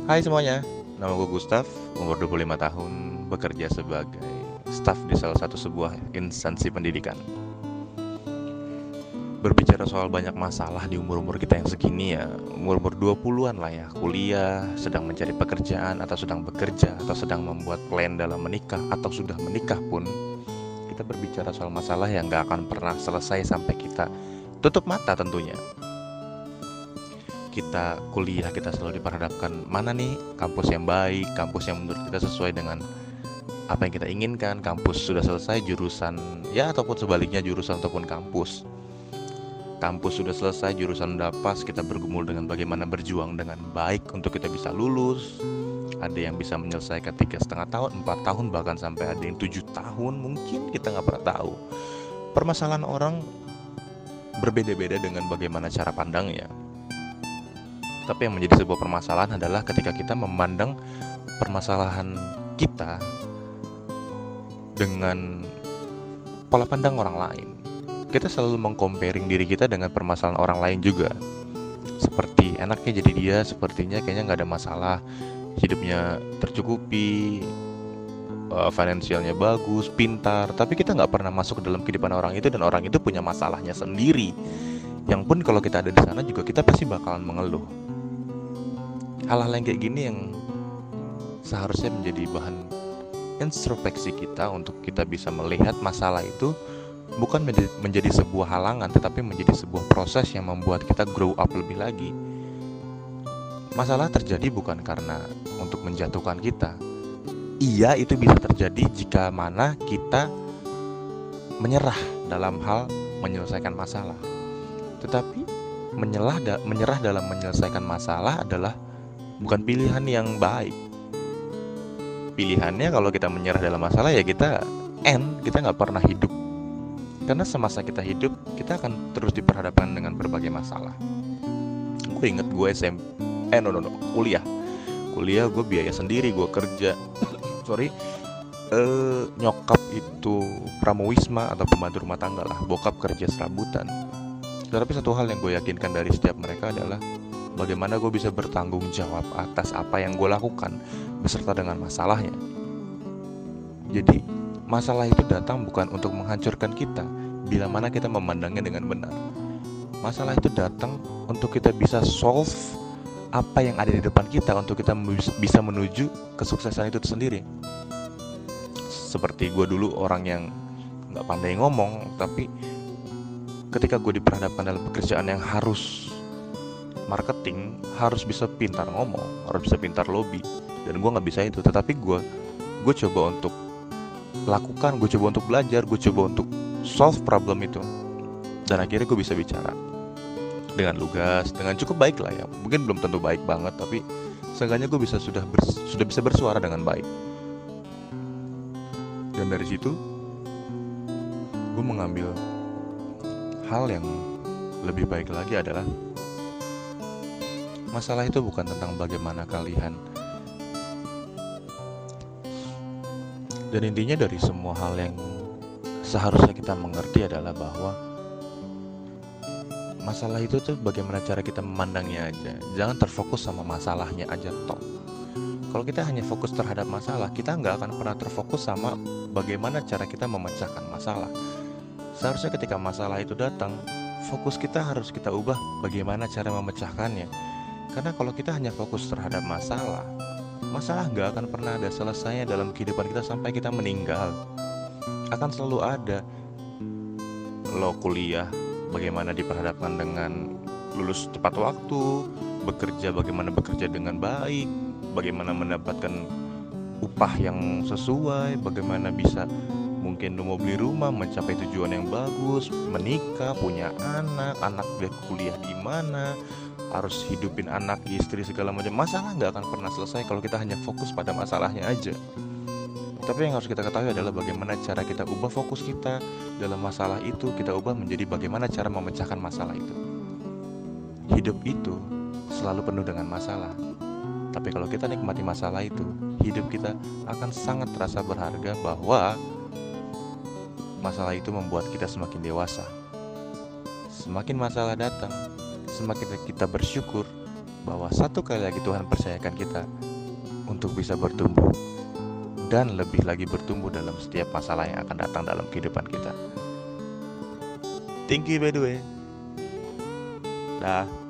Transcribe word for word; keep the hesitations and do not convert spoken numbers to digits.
Hai semuanya, nama gue Gustaf, umur dua puluh lima tahun, bekerja sebagai staf di salah satu sebuah instansi pendidikan. Berbicara soal banyak masalah di umur-umur kita yang segini ya, umur-umur dua puluhan lah ya, kuliah, sedang mencari pekerjaan, atau sedang bekerja, atau sedang membuat plan dalam menikah, atau sudah menikah pun, kita berbicara soal masalah yang gak akan pernah selesai sampai kita tutup mata tentunya. Kita kuliah, kita selalu diperhadapkan mana nih kampus yang baik, kampus yang menurut kita sesuai dengan apa yang kita inginkan. Kampus sudah selesai, jurusan ya ataupun sebaliknya, jurusan ataupun kampus. Kampus sudah selesai, jurusan udah pas, kita bergumul dengan bagaimana berjuang dengan baik untuk kita bisa lulus. Ada yang bisa menyelesaikan tiga setengah tahun, empat tahun, bahkan sampai ada yang tujuh tahun, mungkin kita nggak pernah tahu. Permasalahan orang berbeda-beda dengan bagaimana cara pandangnya. Tapi yang menjadi sebuah permasalahan adalah ketika kita memandang permasalahan kita dengan pola pandang orang lain. Kita selalu mengcomparing diri kita dengan permasalahan orang lain juga. Seperti enaknya jadi dia, sepertinya kayaknya gak ada masalah, hidupnya tercukupi, uh, finansialnya bagus, pintar. Tapi kita gak pernah masuk ke dalam kehidupan orang itu, dan orang itu punya masalahnya sendiri, yang pun kalau kita ada di sana juga kita pasti bakalan mengeluh. Hal-hal yang kayak gini yang seharusnya menjadi bahan introspeksi kita untuk kita bisa melihat masalah itu bukan menjadi, menjadi sebuah halangan, tetapi menjadi sebuah proses yang membuat kita grow up lebih lagi. Masalah terjadi bukan karena untuk menjatuhkan kita. Iya, itu bisa terjadi jika mana kita menyerah dalam hal menyelesaikan masalah. Tetapi menyerah, da- menyerah dalam menyelesaikan masalah adalah bukan pilihan yang baik. Pilihannya kalau kita menyerah dalam masalah ya kita end, kita nggak pernah hidup. Karena semasa kita hidup, kita akan terus diperhadapkan dengan berbagai masalah. Gue inget gue S M P, eh no no no, kuliah. Kuliah gue biaya sendiri, gue kerja. Sorry, eh, nyokap itu pramuwisma atau pembantu rumah tangga lah, bokap kerja serabutan. Tetapi satu hal yang gue yakinkan dari setiap mereka adalah bagaimana gue bisa bertanggung jawab atas apa yang gue lakukan beserta dengan masalahnya. Jadi masalah itu datang bukan untuk menghancurkan kita bila mana kita memandangnya dengan benar. Masalah itu datang untuk kita bisa solve apa yang ada di depan kita, untuk kita bisa menuju kesuksesan itu sendiri. Seperti gue dulu orang yang gak pandai ngomong, tapi ketika gue diperhadapkan dalam pekerjaan yang harus marketing, harus bisa pintar ngomong, harus bisa pintar lobby, dan gue gak bisa itu. Tetapi gue gue coba untuk lakukan, gue coba untuk belajar, gue coba untuk solve problem itu, dan akhirnya gue bisa bicara dengan lugas, dengan cukup baik lah ya. Mungkin belum tentu baik banget, tapi seenggaknya gue bisa sudah bers, sudah bisa bersuara dengan baik. Dan dari situ gue mengambil hal yang lebih baik lagi adalah masalah itu bukan tentang bagaimana kalian. Dan intinya dari semua hal yang seharusnya kita mengerti adalah bahwa masalah itu tuh bagaimana cara kita memandangnya aja. Jangan terfokus sama masalahnya aja toh. Kalau kita hanya fokus terhadap masalah, kita nggak akan pernah terfokus sama bagaimana cara kita memecahkan masalah. Seharusnya ketika masalah itu datang, fokus kita harus kita ubah bagaimana cara memecahkannya. Karena kalau kita hanya fokus terhadap masalah, masalah gak akan pernah ada selesainya dalam kehidupan kita sampai kita meninggal. Akan selalu ada. Lo kuliah, bagaimana diperhadapkan dengan lulus tepat waktu, bekerja bagaimana bekerja dengan baik, bagaimana mendapatkan upah yang sesuai, bagaimana bisa mungkin lo mau beli rumah, mencapai tujuan yang bagus, menikah, punya anak, anak dia kuliah di mana, harus hidupin anak, istri, segala macam. Masalah gak akan pernah selesai kalau kita hanya fokus pada masalahnya aja. Tapi yang harus kita ketahui adalah bagaimana cara kita ubah fokus kita dalam masalah itu, kita ubah menjadi bagaimana cara memecahkan masalah itu. Hidup itu selalu penuh dengan masalah. Tapi kalau kita nikmati masalah itu, hidup kita akan sangat terasa berharga, bahwa masalah itu membuat kita semakin dewasa. Semakin masalah datang, semakin kita bersyukur, bahwa satu kali lagi Tuhan percayakan kita untuk bisa bertumbuh dan lebih lagi bertumbuh dalam setiap masalah yang akan datang dalam kehidupan kita. Thank you by the way. Dah.